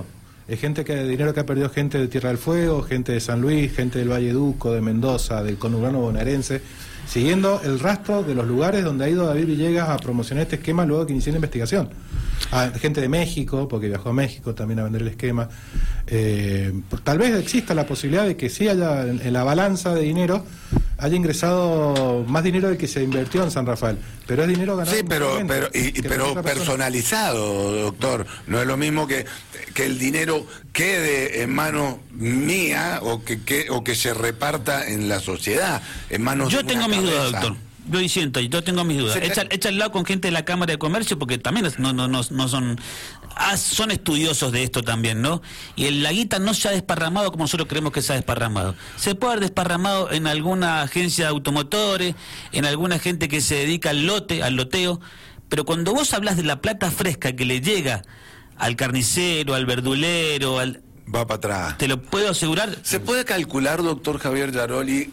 Es dinero que ha perdido gente de Tierra del Fuego, gente de San Luis, gente del Valle Duco, de Mendoza, del conurbano bonaerense, siguiendo el rastro de los lugares donde ha ido David Villegas a promocionar este esquema luego que inició la investigación. Gente de México, porque viajó a México también a vender el esquema. Tal vez exista la posibilidad de que sí haya en la balanza de dinero haya ingresado más dinero del que se invirtió en San Rafael, pero es dinero ganado. Sí, pero personalizado, doctor. No es lo mismo que el dinero quede en manos mía o que se reparta en la sociedad, en manos de Yo una tengo mis dudas, cabeza. doctor. Yo disiento, yo tengo mis dudas. Echa al lado con gente de la Cámara de Comercio, porque también no son estudiosos de esto también, ¿no? Y la guita no se ha desparramado como nosotros creemos que se ha desparramado. Se puede haber desparramado en alguna agencia de automotores, en alguna gente que se dedica al loteo, pero cuando vos hablas de la plata fresca que le llega al carnicero, al verdulero, va para atrás. Te lo puedo asegurar. ¿Se puede calcular, doctor Javier Yaroli,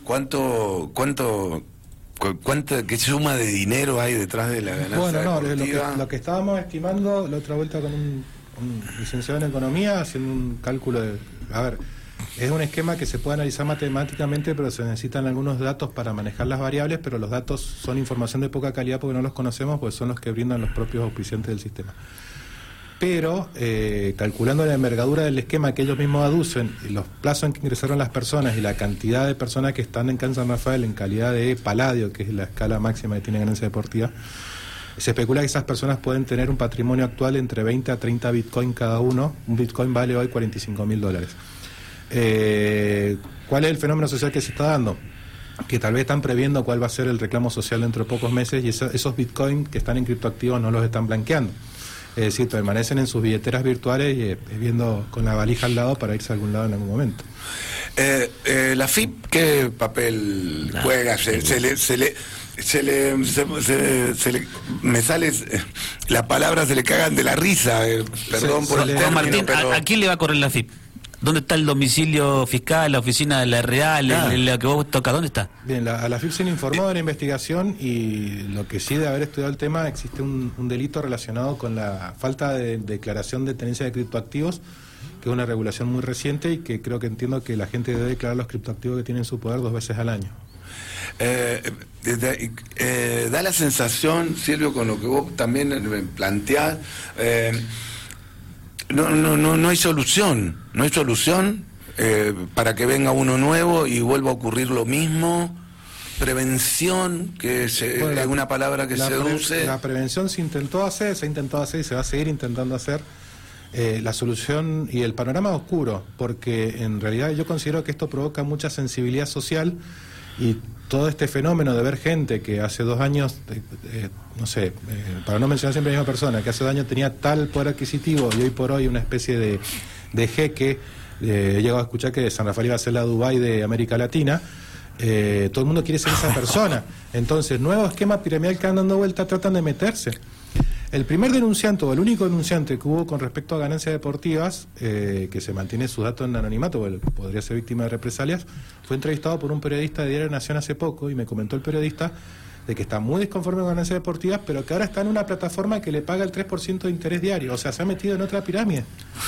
qué suma de dinero hay detrás de la ganancia deportiva? Lo que estábamos estimando la otra vuelta con un licenciado en economía, haciendo un cálculo de... A ver, es un esquema que se puede analizar matemáticamente, pero se necesitan algunos datos para manejar las variables, pero los datos son información de poca calidad porque no los conocemos, pues son los que brindan los propios auspiciantes del sistema. Pero calculando la envergadura del esquema que ellos mismos aducen, y los plazos en que ingresaron las personas y la cantidad de personas que están en San Rafael en calidad de paladio, que es la escala máxima que tiene ganancia deportiva, se especula que esas personas pueden tener un patrimonio actual entre 20 a 30 bitcoin cada uno. Un bitcoin vale hoy $45.000. ¿Cuál es el fenómeno social que se está dando? Que tal vez están previendo cuál va a ser el reclamo social dentro de pocos meses, y esos bitcoins que están en criptoactivos no los están blanqueando. Es decir, permanecen en sus billeteras virtuales y viendo con la valija al lado para irse a algún lado en algún momento. ¿La FIP qué papel juega? Me sale la palabra, se le cagan de la risa, perdón por el término, Martín, pero... ¿a quién le va a correr la FIP? ¿Dónde está el domicilio fiscal, la oficina de la Real, la que vos tocas? ¿Dónde está? Bien, a la FIP se le informó de la investigación, y lo que sí, de haber estudiado el tema, existe un delito relacionado con la falta de declaración de tenencia de criptoactivos, que es una regulación muy reciente y que entiendo que la gente debe declarar los criptoactivos que tiene en su poder 2 veces al año. Da la sensación, Silvio, con lo que vos también planteás, no hay solución, para que venga uno nuevo y vuelva a ocurrir lo mismo. Prevención, que es una palabra que seduce. La prevención se ha intentado hacer y se va a seguir intentando hacer. La solución y el panorama es oscuro, porque en realidad yo considero que esto provoca mucha sensibilidad social, y todo este fenómeno de ver gente que hace 2 años, para no mencionar siempre la misma persona, que hace 2 años tenía tal poder adquisitivo y hoy por hoy una especie de jeque, he llegado a escuchar que San Rafael iba a ser la Dubái de América Latina. Todo el mundo quiere ser esa persona. Entonces, nuevo esquema piramidal que andan dando vuelta, tratan de meterse. El primer denunciante, o el único denunciante que hubo con respecto a ganancias deportivas, que se mantiene sus datos en anonimato, porque podría ser víctima de represalias, fue entrevistado por un periodista de Diario Nación hace poco, y me comentó el periodista de que está muy desconforme con ganancias deportivas, pero que ahora está en una plataforma que le paga el 3% de interés diario. O sea, se ha metido en otra pirámide.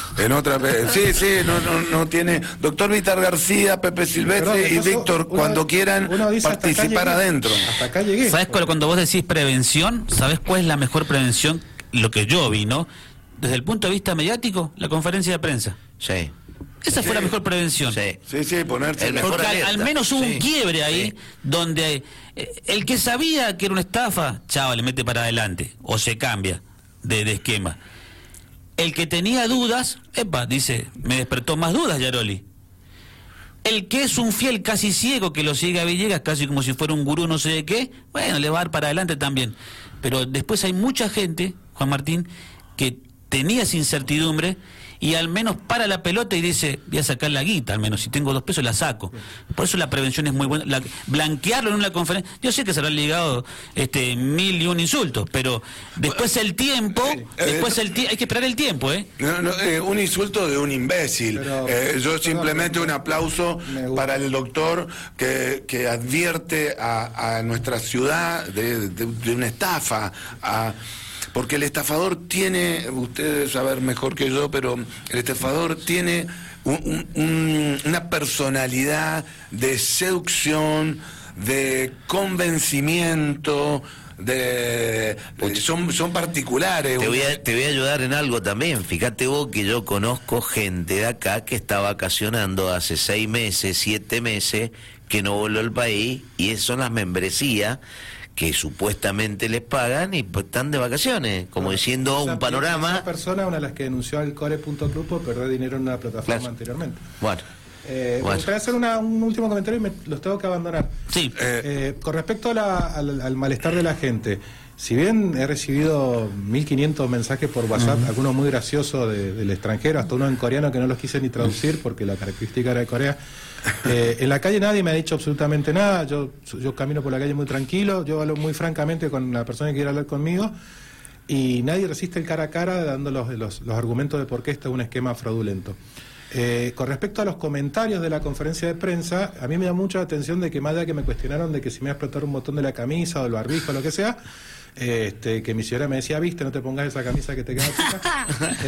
No tiene... Doctor Víctor García, Pepe Silvestre y Víctor, cuando quieran participar adentro. Hasta acá llegué. ¿Sabes cuando vos decís prevención? ¿Sabés cuál es la mejor prevención? Lo que yo vi, ¿no? Desde el punto de vista mediático, la conferencia de prensa. Sí. Esa fue la mejor prevención. Sí, ponerse el mejor. Porque al menos hubo un quiebre ahí, donde el que sabía que era una estafa, chava, le mete para adelante, o se cambia de esquema. El que tenía dudas, dice, me despertó más dudas, Yaroli. El que es un fiel casi ciego, que lo sigue a Villegas, casi como si fuera un gurú no sé de qué, bueno, le va a dar para adelante también. Pero después hay mucha gente, Juan Martín, que tenía esa incertidumbre, y al menos para la pelota y dice, voy a sacar la guita, al menos si tengo 2 pesos la saco. Por eso la prevención es muy buena. Blanquearlo en una conferencia, yo sé que se habrán ligado 1001 insultos, pero después el tiempo, hay que esperar el tiempo, un insulto de un imbécil. Yo simplemente un aplauso para el doctor que advierte a nuestra ciudad de una estafa, Porque el estafador tiene, ustedes saben mejor que yo, pero el estafador tiene una personalidad de seducción, de convencimiento, son particulares. Te voy a ayudar en algo también. Fíjate vos que yo conozco gente de acá que está vacacionando hace 6 meses, 7 meses, que no volvió al país, y son las membresías que supuestamente les pagan y pues están de vacaciones, como diciendo un panorama. Esa persona, una de las que denunció al core.club por perder dinero en una plataforma Claro. anteriormente. Bueno. Me gustaría hacer un último comentario y los tengo que abandonar. Sí. Con respecto al malestar de la gente, si bien he recibido 1500 mensajes por WhatsApp, algunos muy graciosos del extranjero, hasta uno en coreano que no los quise ni traducir porque la característica era de Corea, en la calle nadie me ha dicho absolutamente nada. Yo camino por la calle muy tranquilo, yo hablo muy francamente con la persona que quiere hablar conmigo, y nadie resiste el cara a cara dando los argumentos de por qué esto es un esquema fraudulento. Con respecto a los comentarios de la conferencia de prensa, a mí me da mucha atención de que más allá que me cuestionaron de que si me iba a explotar un botón de la camisa o el barbijo o lo que sea, que mi señora me decía, viste, no te pongas esa camisa que te queda chica.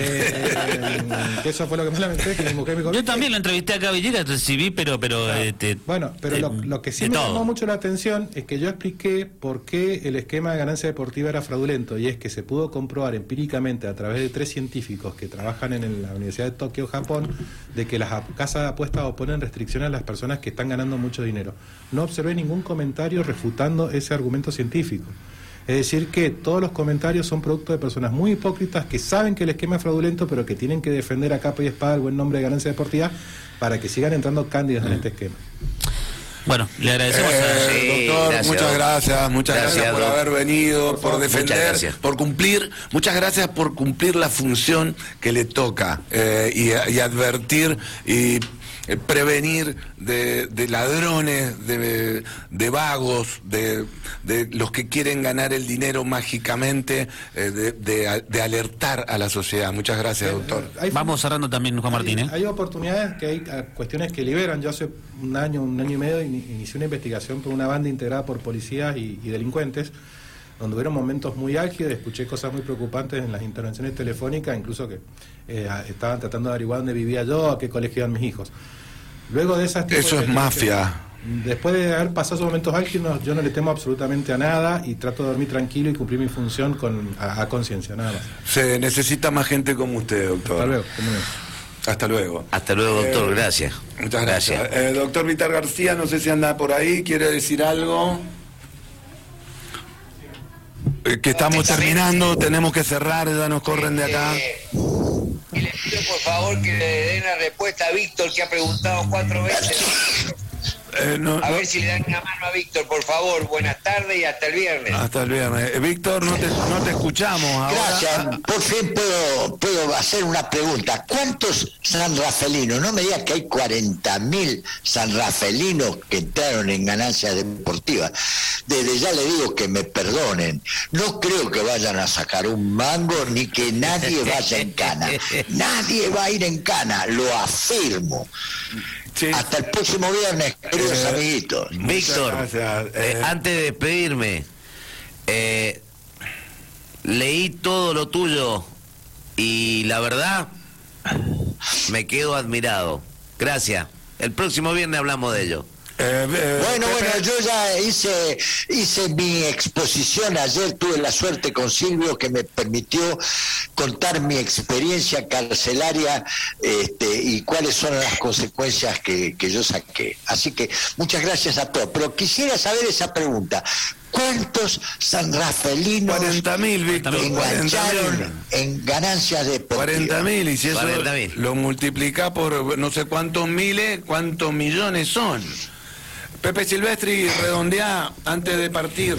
Que eso fue lo que más lamenté, que mi mujer me dijo, Yo también lo entrevisté acá a Villegas, recibí, pero bueno, pero lo que sí me llamó mucho la atención es que yo expliqué por qué el esquema de ganancia deportiva era fraudulento, y es que se pudo comprobar empíricamente a través de 3 científicos que trabajan en la Universidad de Tokio, Japón, de que las casas de apuestas oponen restricciones a las personas que están ganando mucho dinero. No observé ningún comentario refutando ese argumento científico. Es decir, que todos los comentarios son producto de personas muy hipócritas que saben que el esquema es fraudulento, pero que tienen que defender a capa y espada el buen nombre de ganancia deportiva para que sigan entrando cándidos en este esquema. Bueno, le agradecemos doctor, gracias, muchas gracias por haber venido, por defender, por cumplir, muchas gracias por cumplir la función que le toca, y advertir y prevenir de ladrones, de vagos, de los que quieren ganar el dinero mágicamente, de alertar a la sociedad. Muchas gracias, doctor. Vamos cerrando también, Juan Martín. Hay oportunidades, que hay cuestiones que liberan. Yo hace un año y medio inicié una investigación por una banda integrada por policías y delincuentes, donde hubieron momentos muy álgidos, escuché cosas muy preocupantes en las intervenciones telefónicas, incluso que estaban tratando de averiguar dónde vivía yo, a qué colegio iban mis hijos. Luego de esas... Eso es mafia. Después de haber pasado esos momentos álgidos, yo no le temo absolutamente a nada y trato de dormir tranquilo y cumplir mi función a conciencia, nada más. Se necesita más gente como usted, doctor. Hasta luego. Hasta luego. Hasta luego, doctor. Gracias. Muchas gracias. Doctor Víctor García, no sé si anda por ahí, ¿quiere decir algo? Que estamos terminando, tenemos que cerrar, ya nos corren de acá. Y les pido por favor que le den la respuesta a Víctor, que ha preguntado 4 veces. A ver si le dan una mano a Víctor, por favor. Buenas tardes y hasta el viernes. Hasta el viernes. Víctor, no te escuchamos ahora. Gracias. Por fin puedo hacer una pregunta. ¿Cuántos sanrafelinos? No me digas que hay 40.000 sanrafelinos que entraron en ganancias deportivas. Desde ya le digo que me perdonen. No creo que vayan a sacar un mango ni que nadie vaya en cana. Nadie va a ir en cana, lo afirmo. Sí. Hasta el próximo viernes, queridos amiguitos. Víctor, antes de despedirme, leí todo lo tuyo y la verdad me quedo admirado. Gracias. El próximo viernes hablamos de ello. Bueno, yo ya hice mi exposición ayer, tuve la suerte con Silvio que me permitió contar mi experiencia carcelaria y cuáles son las consecuencias que yo saqué. Así que muchas gracias a todos, pero quisiera saber esa pregunta. ¿Cuántos sanrafelinos 40.000, Víctor, engancharon en ganancias deportivas? 40.000, y si eso 40.000 lo multiplica por no sé cuántos miles, cuántos millones son. Pepe Silvestri, redondeá antes de partir.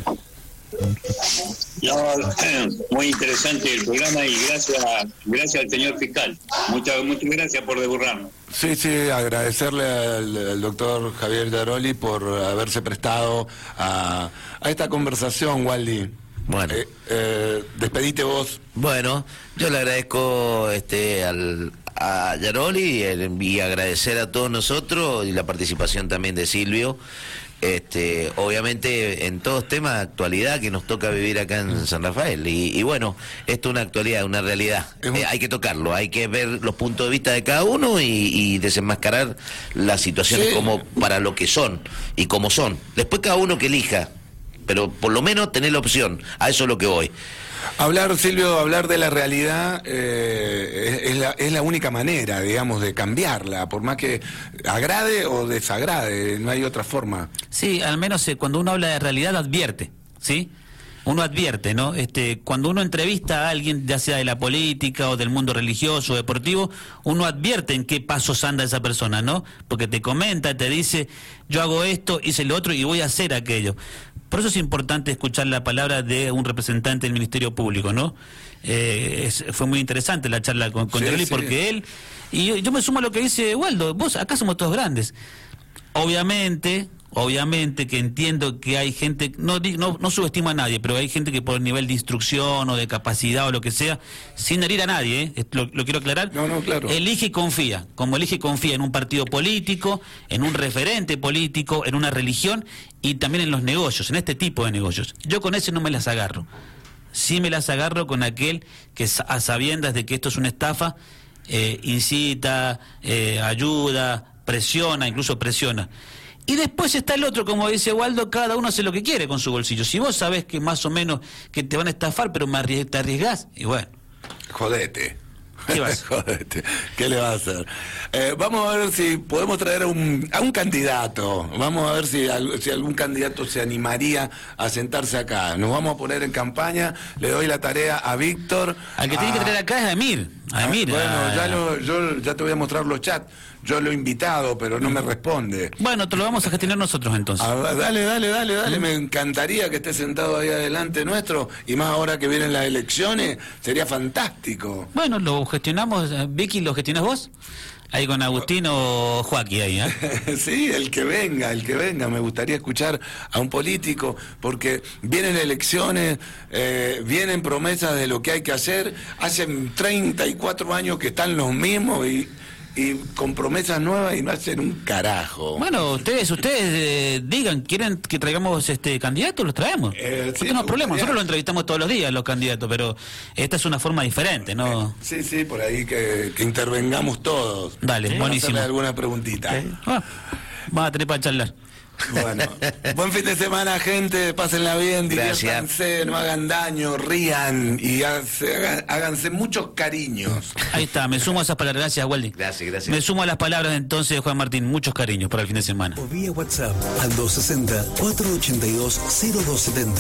No, muy interesante el programa y gracias al señor fiscal. Muchas gracias por deburrarnos. Sí, agradecerle al doctor Javier Yaroli por haberse prestado a esta conversación, Waldi. Bueno, despedite vos. Bueno, yo le agradezco a Yaroli y agradecer a todos nosotros y la participación también de Silvio. obviamente en todos temas de actualidad que nos toca vivir acá en San Rafael. Y bueno, esto es una actualidad, una realidad. Hay que tocarlo, hay que ver los puntos de vista de cada uno y desenmascarar las situaciones como para lo que son y como son. Después cada uno que elija, pero por lo menos tener la opción. A eso es lo que voy. Silvio, hablar de la realidad es la única manera, digamos, de cambiarla, por más que agrade o desagrade, no hay otra forma. Sí, al menos cuando uno habla de realidad advierte, ¿sí? Uno advierte, ¿no? Cuando uno entrevista a alguien, ya sea de la política o del mundo religioso o deportivo, uno advierte en qué pasos anda esa persona, ¿no? Porque te comenta, te dice, yo hago esto, hice lo otro y voy a hacer aquello. Por eso es importante escuchar la palabra de un representante del Ministerio Público, ¿no? Fue muy interesante la charla con Jaroli, porque él, y yo me sumo a lo que dice Waldo, vos, acá somos todos grandes. Obviamente que entiendo que hay gente, no subestimo a nadie, pero hay gente que por nivel de instrucción o de capacidad o lo que sea, sin herir a nadie, lo quiero aclarar, claro. Elige y confía, como elige y confía en un partido político, en un referente político, en una religión y también en los negocios, en este tipo de negocios. Yo con ese no me las agarro. Sí me las agarro con aquel que a sabiendas de que esto es una estafa, incita, ayuda, incluso presiona. Y después está el otro, como dice Waldo, cada uno hace lo que quiere con su bolsillo. Si vos sabés que más o menos que te van a estafar, pero te arriesgás, y bueno. Jodete. ¿Qué vas? Jodete. ¿Qué le vas a hacer? Vamos a ver si podemos traer a un candidato. Vamos a ver si algún candidato se animaría a sentarse acá. Nos vamos a poner en campaña. Le doy la tarea a Víctor. Al que tiene que traer acá es a Emir. Bueno, yo ya te voy a mostrar los chats. Yo lo he invitado, pero no me responde. Bueno, te lo vamos a gestionar nosotros entonces. Dale. Me encantaría que esté sentado ahí adelante nuestro, y más ahora que vienen las elecciones, sería fantástico. Bueno, lo gestionamos, Vicky, ¿lo gestionás vos? Ahí con Agustín o Joaquín ahí, ¿eh? Sí, el que venga. Me gustaría escuchar a un político, porque vienen elecciones, vienen promesas de lo que hay que hacer. Hace 34 años que están los mismos y con promesas nuevas y no hacen un carajo. Bueno, ustedes digan, ¿quieren que traigamos candidatos? Los traemos. No tenemos problema. Nosotros lo entrevistamos todos los días, los candidatos, pero esta es una forma diferente, ¿no? Sí, por ahí que intervengamos todos. Dale, buenísimo. Hacerle alguna preguntita. Vamos a tener para charlar. Bueno, buen fin de semana, gente, pásenla bien, diviértanse, no hagan daño, rían y háganse muchos cariños. Ahí está, me sumo a esas palabras, gracias, Waldi. Gracias. Me sumo a las palabras entonces de Juan Martín, muchos cariños para el fin de semana. O vía WhatsApp al 260-482-0270.